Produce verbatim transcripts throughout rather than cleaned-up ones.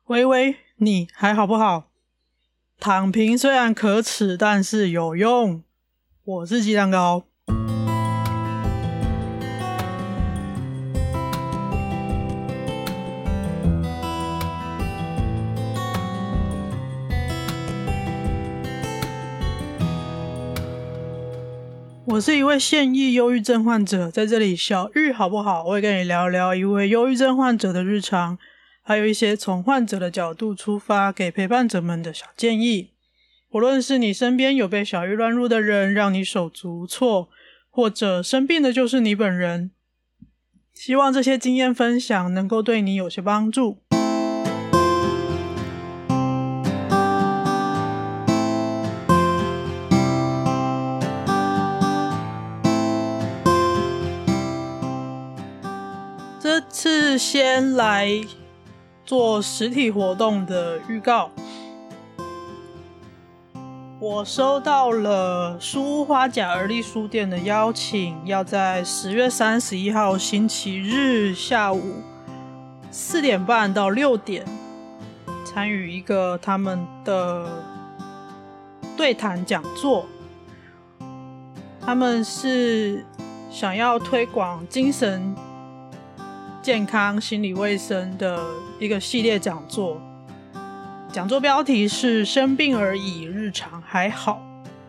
喂喂，你还好不好？躺平虽然可耻，但是有用。我是鸡蛋糕。我是一位现役忧郁症患者，在这里小玉好不好？我会跟你聊聊一位忧郁症患者的日常，还有一些从患者的角度出发给陪伴者们的小建议。无论是你身边有被小玉乱入的人让你手足无措，或者生病的就是你本人，希望这些经验分享能够对你有些帮助。这次先来做实体活动的预告。我收到了书屋花甲而立书店的邀请，要在十月三十一号星期日下午四点半到六点参与一个他们的对谈讲座。他们是想要推广精神健康心理卫生的一个系列讲座，讲座标题是生病而已，日常还好。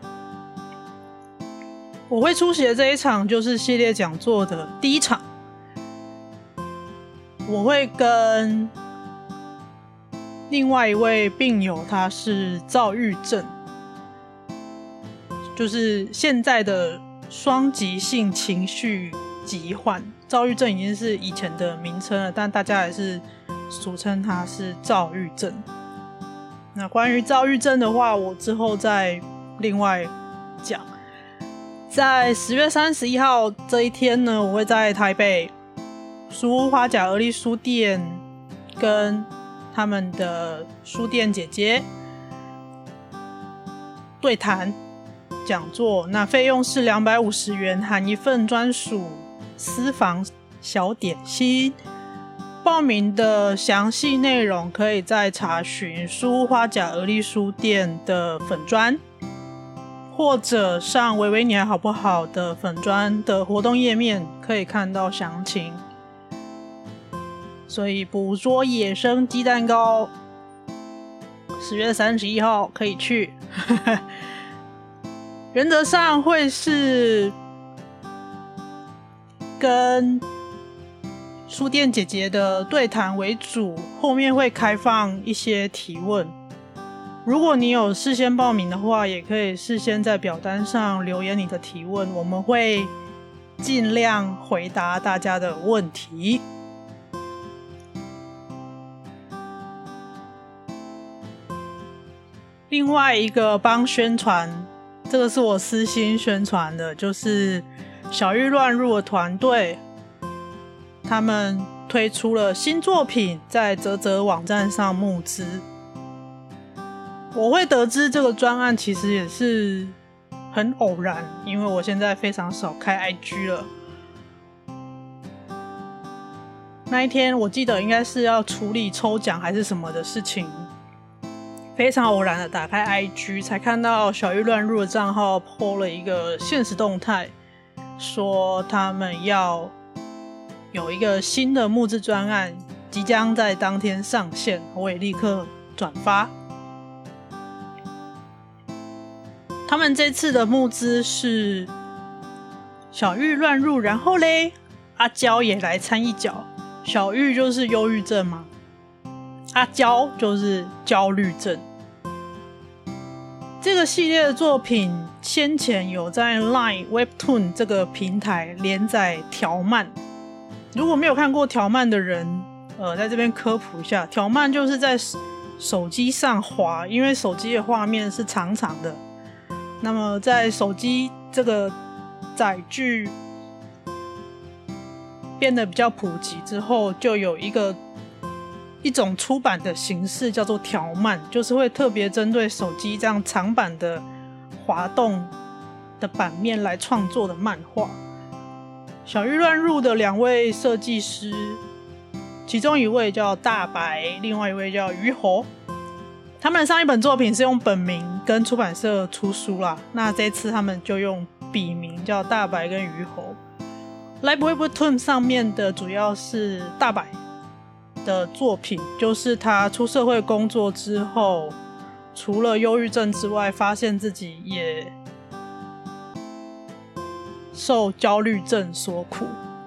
我会出席的这一场就是系列讲座的第一场，我会跟另外一位病友，他是躁郁症，就是现在的双极性情绪疾患。躁郁症已经是以前的名称了，但大家还是俗称它是躁郁症。那关于躁郁症的话，我之后再另外讲。在十月三十一号这一天呢，我会在台北书屋花甲而立书店跟他们的书店姐姐对谈讲座，那费用是两百五十元，含一份专属私房小点心。报名的详细内容可以在查询书屋花甲而立书店的粉专，或者上维维你还好不好的粉专的活动页面可以看到详情。所以捕捉野生鸡蛋糕十月三十一号可以去原则上会是跟书店姐姐的对谈为主，后面会开放一些提问。如果你有事先报名的话，也可以事先在表单上留言你的提问，我们会尽量回答大家的问题。另外一个帮宣传，这个是我私心宣传的，就是小玉乱入的团队，他们推出了新作品，在嘖嘖网站上募资。我会得知这个专案其实也是很偶然，因为我现在非常少开 I G 了。那一天我记得应该是要处理抽奖还是什么的事情，非常偶然的打开 I G 才看到小玉乱入的账号 po 了一个限时动态，说他们要有一个新的募资专案即将在当天上线，我也立刻转发。他们这次的募资是小玉乱入，然后嘞阿娇也来参一脚。小玉就是忧郁症嘛，阿娇就是焦虑症。这个系列的作品先前有在 Line Webtoon 这个平台连载条漫，如果没有看过条漫的人，呃，在这边科普一下，条漫就是在手机上滑，因为手机的画面是长长的。那么在手机这个载具变得比较普及之后，就有一个一种出版的形式叫做条漫，就是会特别针对手机这样长版的滑动的版面来创作的漫画。小玉乱入的两位设计师其中一位叫大白，另外一位叫鱼猴。他们的上一本作品是用本名跟出版社出书啦，那这次他们就用笔名叫大白跟鱼猴。Live Webtoon 上面的主要是大白的作品，就是他出社会工作之后，除了忧郁症之外，发现自己也受焦虑症所苦。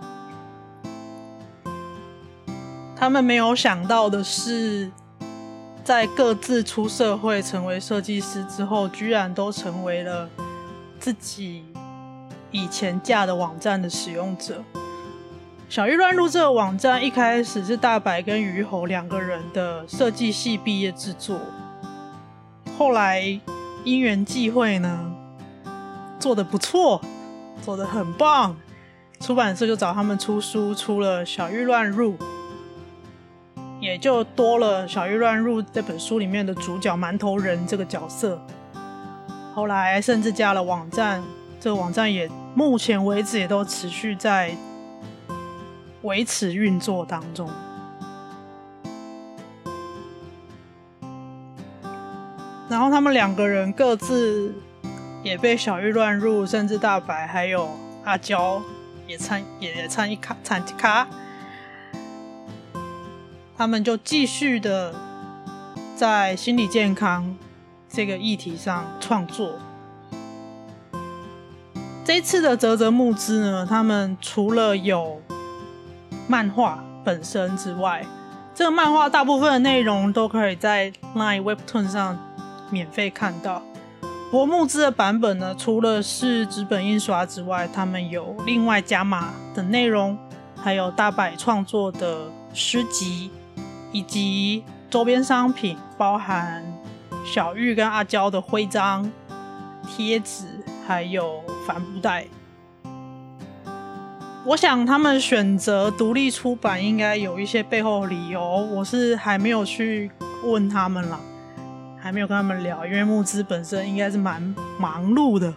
他们没有想到的是，在各自出社会成为设计师之后，居然都成为了自己以前架的网站的使用者。小玉乱入这个网站一开始是大白跟鱼猴两个人的设计系毕业制作，后来因缘际会呢，做得不错，做得很棒，出版社就找他们出书，出了小玉乱入，也就多了小玉乱入这本书里面的主角馒头人这个角色。后来甚至加了网站，这个网站也目前为止也都持续在维持运作当中。然后他们两个人各自也被小玉乱入，甚至大白还有阿娇也参也参一卡参一卡，他们就继续的在心理健康这个议题上创作。这一次的嘖嘖募资呢，他们除了有漫画本身之外，这个漫画大部分的内容都可以在 Line Webtoon 上免费看到。不过募资的版本呢，除了是纸本印刷之外，他们有另外加码的内容，还有大白创作的诗集，以及周边商品，包含小玉跟阿娇的徽章、贴纸，还有帆布袋。我想他们选择独立出版应该有一些背后理由，我是还没有去问他们啦，还没有跟他们聊，因为募资本身应该是蛮忙碌的。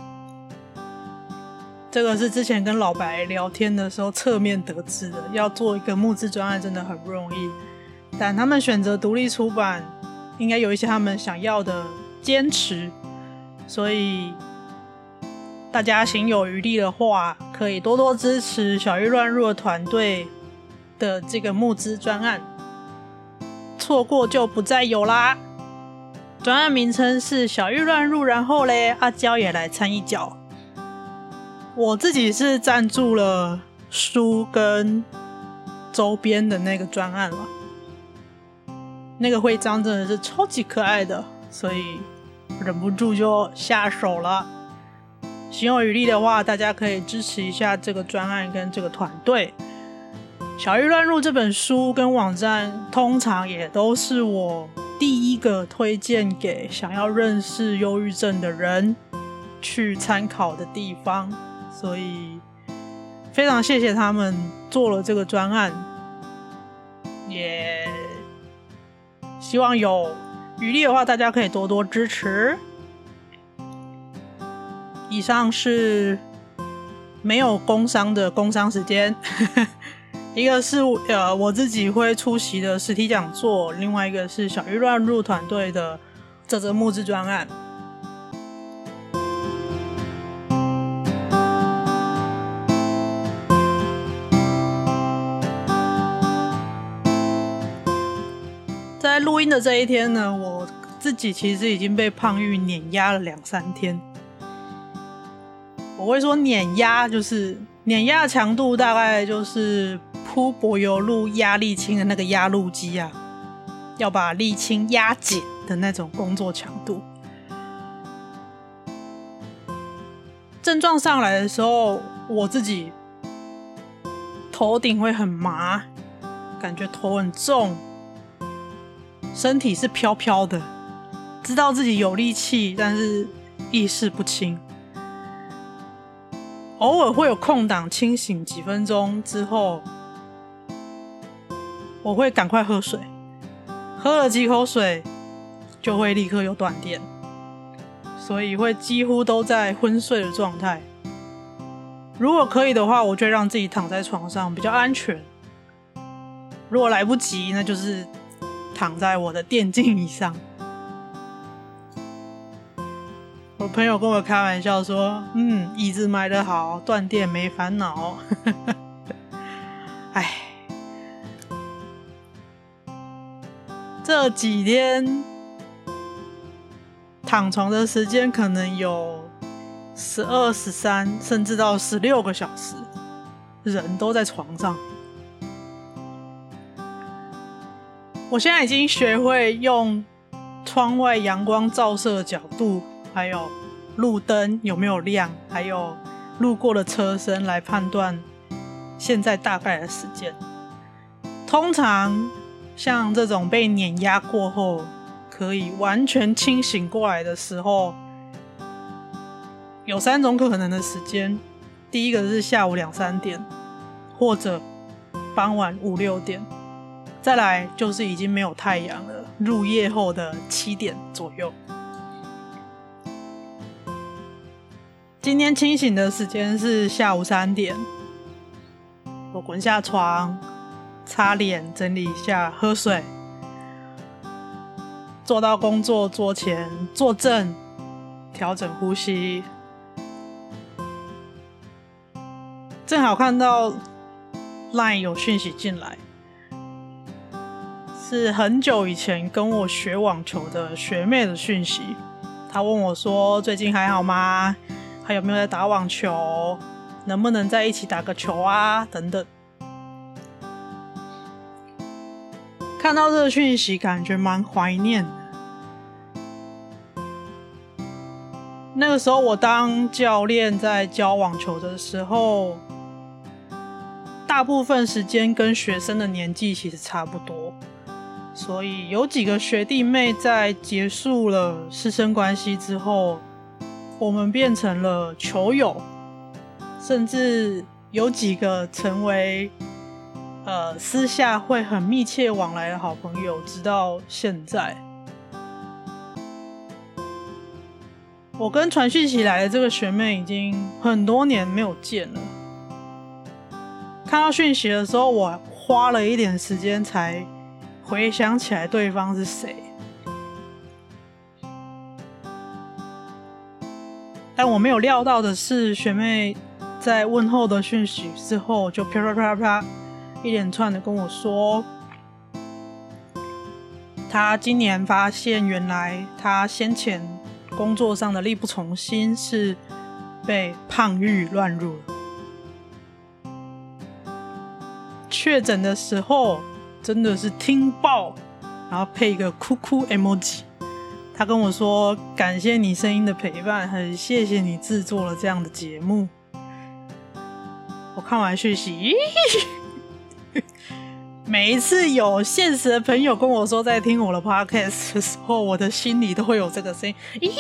这个是之前跟老白聊天的时候侧面得知的，要做一个募资专案真的很不容易，但他们选择独立出版应该有一些他们想要的坚持，所以大家行有余力的话，可以多多支持小玉乱入的团队的这个募资专案，错过就不再有啦。专案名称是小玉乱入，然后咧阿娇也来参一脚。我自己是赞助了书跟周边的那个专案了，那个徽章真的是超级可爱的，所以忍不住就下手了。行有余力的话，大家可以支持一下这个专案跟这个团队。小玉乱入这本书跟网站通常也都是我第一个推荐给想要认识忧郁症的人去参考的地方，所以非常谢谢他们做了这个专案，也希望有余力的话大家可以多多支持。以上是没有工商的工商时间一个是呃我自己会出席的实体讲座，另外一个是小玉乱入团队的嘖嘖募资专案。在录音的这一天呢，我自己其实已经被胖玉碾压了两三天。我会说碾压，就是碾压的强度大概就是铺柏油路压沥青的那个压路机啊，要把沥青压紧的那种工作强度。症状上来的时候，我自己头顶会很麻，感觉头很重，身体是飘飘的，知道自己有力气，但是意识不清。偶尔会有空档清醒几分钟之后，我会赶快喝水，喝了几口水就会立刻有断电，所以会几乎都在昏睡的状态。如果可以的话，我就让自己躺在床上比较安全。 如果来不及，那就是躺在我的电竞椅上。我朋友跟我开玩笑说，嗯，椅子买得好，断电没烦恼。唉，这几天躺床的时间可能有十二、十三，甚至到十六个小时，人都在床上。我现在已经学会用窗外阳光照射的角度，还有路灯有没有亮，还有路过的车声来判断现在大概的时间。通常像这种被碾压过后可以完全清醒过来的时候，有三种可能的时间。第一个是下午两三点，或者傍晚五六点，再来就是已经没有太阳了，入夜后的七点左右。今天清醒的时间是下午三点，我滚下床，擦脸，整理一下，喝水，坐到工作桌前，坐正，调整呼吸。正好看到 LINE 有讯息进来，是很久以前跟我学网球的学妹的讯息。她问我说最近还好吗？还有没有在打网球？能不能在一起打个球啊？等等。看到这个讯息感觉蛮怀念的。那个时候我当教练在教网球的时候，大部分时间跟学生的年纪其实差不多，所以有几个学弟妹在结束了师生关系之后，我们变成了球友，甚至有几个成为呃私下会很密切往来的好朋友，直到现在。我跟传讯息来的这个学妹已经很多年没有见了。看到讯息的时候，我花了一点时间才回想起来对方是谁。但我没有料到的是，学妹在问候的讯息之后，就啪啪啪啪一连串的跟我说，她今年发现原来她先前工作上的力不从心，是被胖玉乱入了。确诊的时候真的是听爆，然后配一个哭哭 emoji。他跟我说，感谢你声音的陪伴，很谢谢你制作了这样的节目。我看完讯息，每一次有现实的朋友跟我说在听我的 podcast 的时候，我的心里都会有这个声音，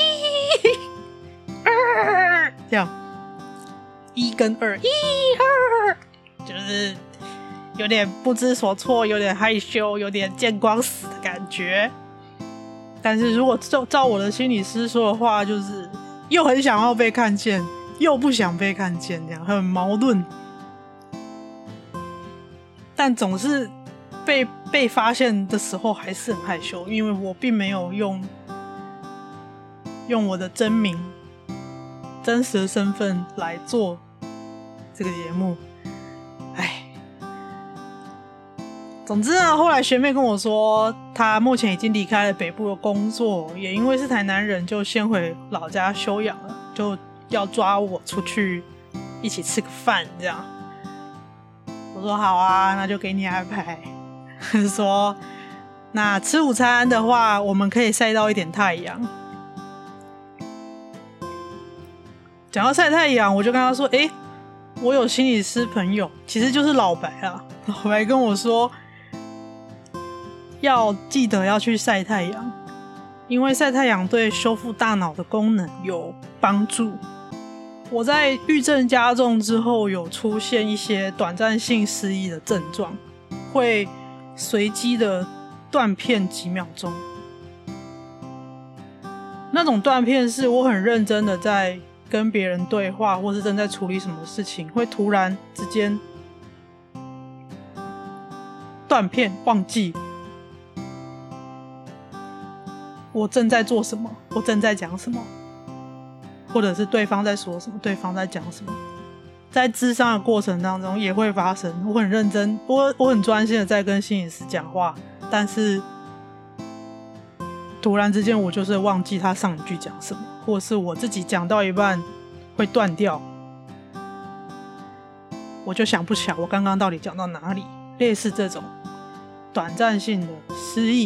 这样一跟二，一二，就是有点不知所措，有点害羞，有点见光死的感觉。但是如果照照我的心理师说的话，就是又很想要被看见，又不想被看见，这样很矛盾。但总是被被发现的时候还是很害羞，因为我并没有用用我的真名、真实的身份来做这个节目。唉。总之呢，后来学妹跟我说，她目前已经离开了北部的工作，也因为是台南人，就先回老家休养了，就要抓我出去一起吃个饭这样。我说好啊，那就给你安排。说那吃午餐的话，我们可以晒到一点太阳。讲到晒太阳，我就跟他说，诶，我有心理师朋友，其实就是老白啦。老白跟我说，要记得要去晒太阳，因为晒太阳对修复大脑的功能有帮助。我在郁症加重之后，有出现一些短暂性失忆的症状，会随机的断片几秒钟。那种断片是我很认真的在跟别人对话，或是正在处理什么事情，会突然之间断片，忘记我正在做什么，我正在讲什么，或者是对方在说什么，对方在讲什么。在諮商的过程当中也会发生，我很认真，我我很专心的在跟心理师讲话，但是突然之间我就是忘记他上一句讲什么，或是我自己讲到一半会断掉，我就想不起来我刚刚到底讲到哪里，类似这种短暂性的失忆。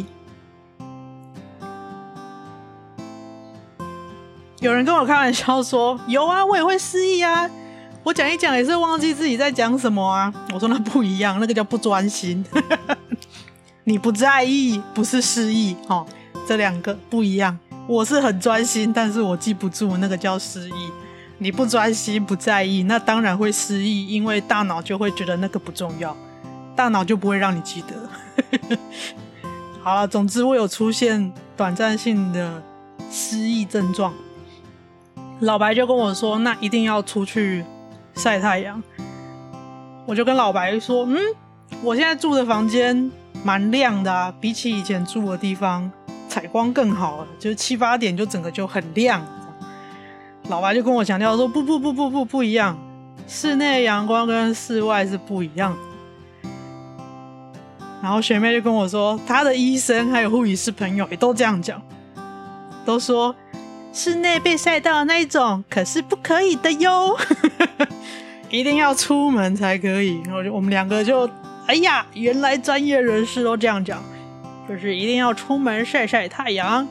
有人跟我开玩笑说，有啊，我也会失忆啊，我讲一讲也是忘记自己在讲什么啊。我说那不一样，那个叫不专心你不在意不是失忆、哦、这两个不一样。我是很专心，但是我记不住，那个叫失忆。你不专心不在意，那当然会失忆，因为大脑就会觉得那个不重要，大脑就不会让你记得好了，总之我有出现短暂性的失忆症状，老白就跟我说那一定要出去晒太阳。我就跟老白说嗯，我现在住的房间蛮亮的啊，比起以前住的地方采光更好了，就是七八点就整个就很亮。老白就跟我强调说不不不不不不一样，室内阳光跟室外是不一样的。然后学妹就跟我说她的医生还有护理师朋友也都这样讲，都说室内被晒到的那一种可是不可以的哟一定要出门才可以。然后我们两个就哎呀，原来专业人士都这样讲，就是一定要出门晒晒太阳。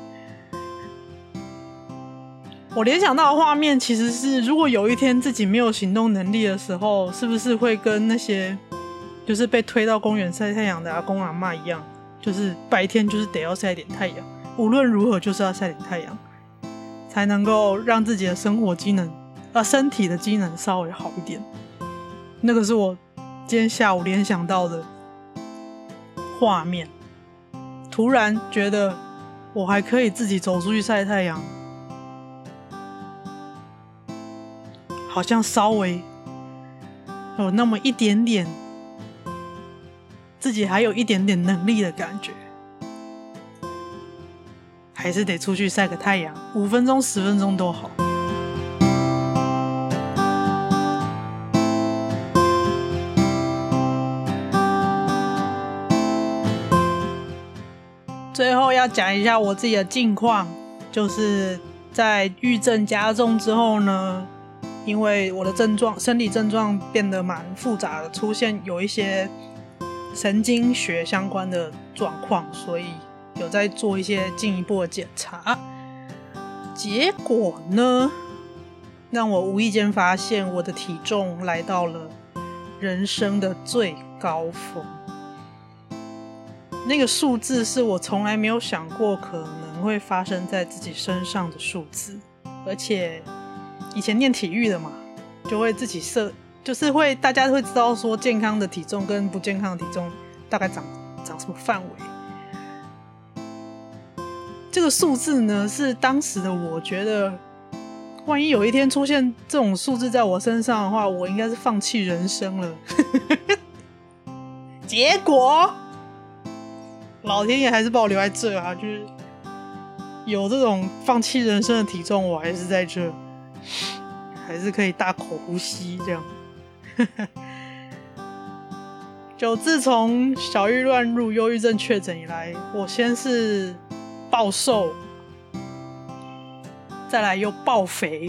我联想到的画面其实是，如果有一天自己没有行动能力的时候，是不是会跟那些就是被推到公园晒太阳的阿公阿嬷一样，就是白天就是得要晒点太阳，无论如何就是要晒点太阳，才能够让自己的生活机能啊身体的机能稍微好一点。那个是我今天下午联想到的画面，突然觉得我还可以自己走出去晒太阳，好像稍微有那么一点点自己还有一点点能力的感觉，还是得出去晒个太阳，五分钟十分钟都好。最后要讲一下我自己的近况，就是在郁症加重之后呢，因为我的症状生理症状变得蛮复杂的，出现有一些神经学相关的状况，所以有在做一些进一步的检查。结果呢，让我无意间发现我的体重来到了人生的最高峰。那个数字是我从来没有想过可能会发生在自己身上的数字，而且以前念体育的嘛，就会自己设，就是会大家会知道说健康的体重跟不健康的体重大概长长什么范围。这个数字呢，是当时的我觉得，万一有一天出现这种数字在我身上的话，我应该是放弃人生了。结果老天爷还是把我留在这啊，就是有这种放弃人生的体重，我还是在这，还是可以大口呼吸这样。就自从小郁乱入忧郁症确诊以来，我先是暴瘦，再来又暴肥。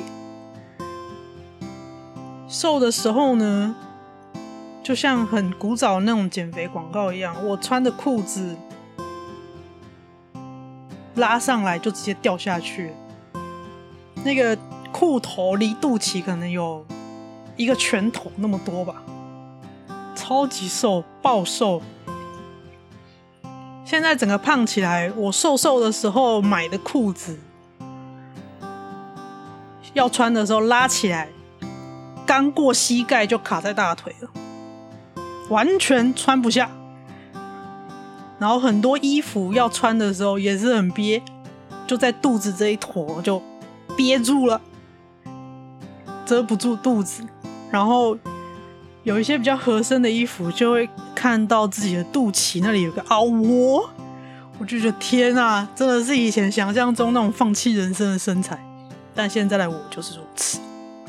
瘦的时候呢，就像很古早那种减肥广告一样，我穿的裤子拉上来就直接掉下去，那个裤头离肚脐可能有一个拳头那么多吧，超级瘦，暴瘦。现在整个胖起来，我瘦瘦的时候买的裤子要穿的时候拉起来，刚过膝盖就卡在大腿了，完全穿不下。然后很多衣服要穿的时候也是很憋，就在肚子这一坨就憋住了，遮不住肚子。然后有一些比较合身的衣服就会看到自己的肚脐那里有个凹窝，我就觉得天啊，真的是以前想象中那种放弃人生的身材，但现在的我就是如此。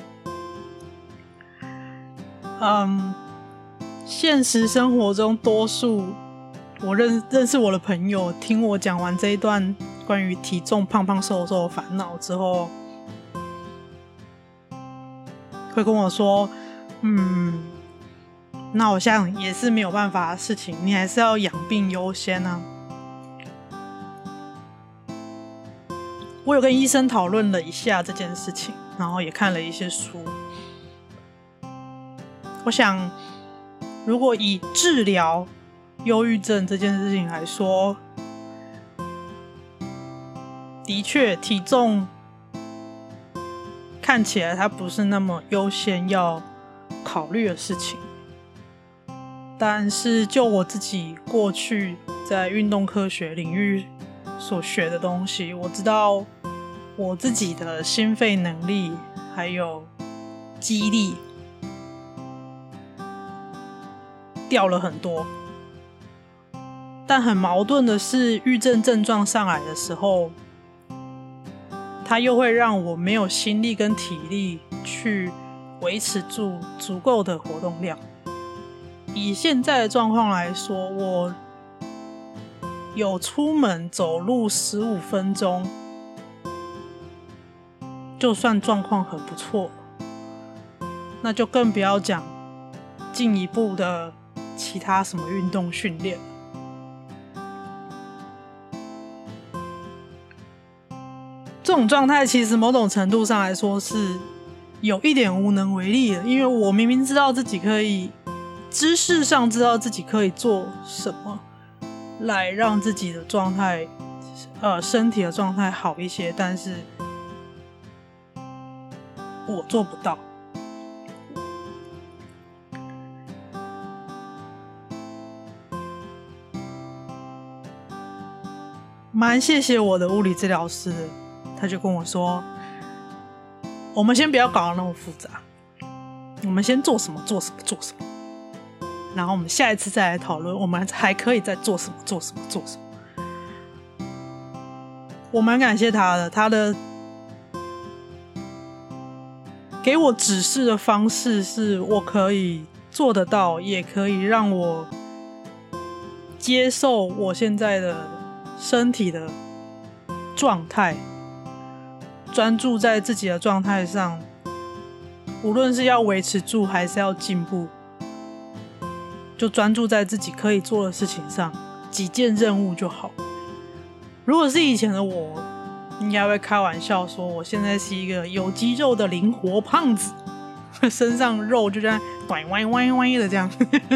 嗯，现实生活中多数我 认, 认识我的朋友听我讲完这一段关于体重胖胖瘦瘦的烦恼之后，会跟我说嗯，那我想也是没有办法的事情，你还是要养病优先啊。我有跟医生讨论了一下这件事情，然后也看了一些书。我想如果以治疗忧郁症这件事情来说，的确体重看起来它不是那么优先要考虑的事情，但是就我自己过去在运动科学领域所学的东西，我知道我自己的心肺能力还有肌力掉了很多，但很矛盾的是，抑郁症症状上来的时候，它又会让我没有心力跟体力去维持住足够的活动量。以现在的状况来说，我有出门走路十五分钟，就算状况很不错，那就更不要讲进一步的其他什么运动训练。这种状态其实某种程度上来说是有一点无能为力的，因为我明明知道自己可以，知识上知道自己可以做什么来让自己的状态呃，身体的状态好一些，但是我做不到。蛮谢谢我的物理治疗师的，他就跟我说，我们先不要搞得那么复杂，我们先做什么做什么做什么，然后我们下一次再来讨论我们还可以再做什么做什么做什么。我蛮感谢他的，他的给我指示的方式是我可以做得到，也可以让我接受我现在的身体的状态，专注在自己的状态上，无论是要维持住还是要进步，就专注在自己可以做的事情上，几件任务就好。如果是以前的我，应该会开玩笑说我现在是一个有肌肉的灵活胖子，身上肉就这样拐歪歪歪的这样。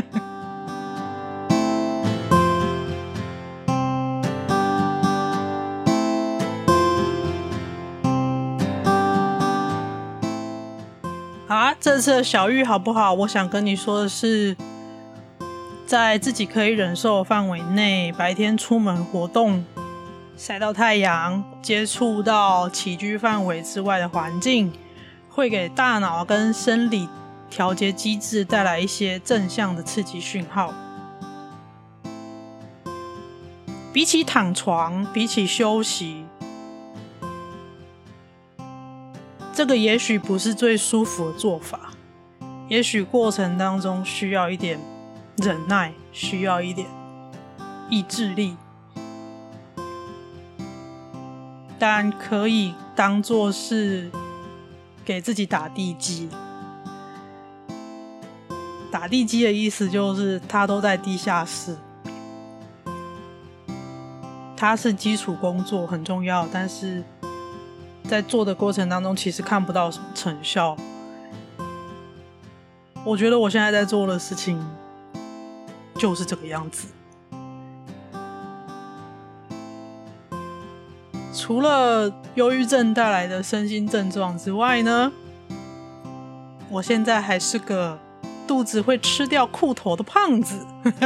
好啊，这次的小玉好不好？我想跟你说的是，在自己可以忍受的范围内，白天出门活动，晒到太阳，接触到起居范围之外的环境，会给大脑跟生理调节机制带来一些正向的刺激讯号。比起躺床，比起休息，这个也许不是最舒服的做法，也许过程当中需要一点忍耐，需要一点意志力，但可以当作是给自己打地基。打地基的意思就是它都在地下室，它是基础工作很重要，但是在做的过程当中其实看不到什么成效。我觉得我现在在做的事情就是这个样子。除了忧郁症带来的身心症状之外呢，我现在还是个肚子会吃掉裤头的胖子。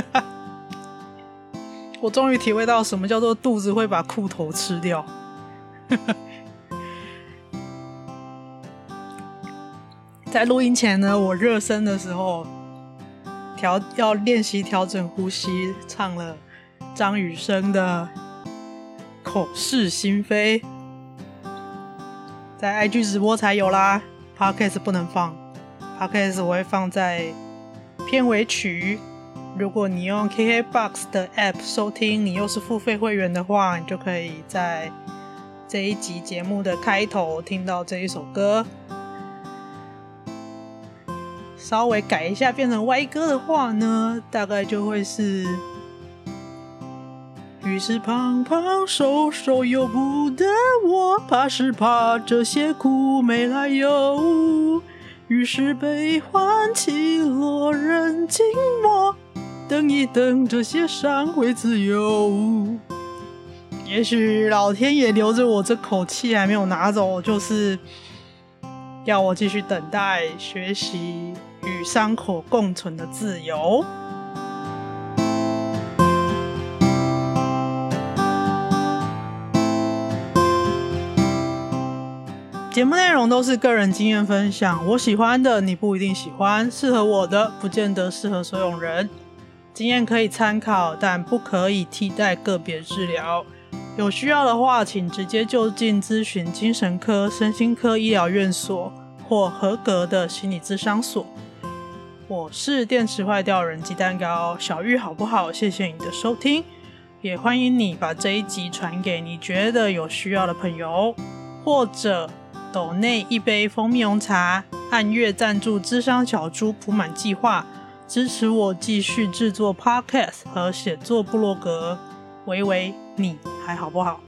我终于体会到什么叫做肚子会把裤头吃掉。在录音前呢，我热身的时候调要练习调整呼吸，唱了张雨生的《口是心非》，在 I G 直播才有啦 Podcast 不能放， Podcast 我会放在片尾曲。如果你用 K K B O X 的 App 收听，你又是付费会员的话，你就可以在这一集节目的开头听到这一首歌。稍微改一下变成歪歌的话呢，大概就会是于是胖胖瘦瘦由不得我，怕是怕这些苦没来由，于是悲欢起落人静默，等一等这些伤会自由。也许老天爷留着我这口气还没有拿走，就是要我继续等待学习与伤口共存的自由。节目内容都是个人经验分享，我喜欢的你不一定喜欢，适合我的不见得适合所有人。经验可以参考，但不可以替代个别治疗。有需要的话，请直接就近咨询精神科、身心科医疗院所或合格的心理咨商所。我是电池坏掉人鸡蛋糕小玉，好不好？谢谢你的收听，也欢迎你把这一集传给你觉得有需要的朋友，或者抖内一杯蜂蜜红茶，按月赞助諮商小猪普满计划，支持我继续制作 Podcast 和写作部落格。喂喂，你还好不好？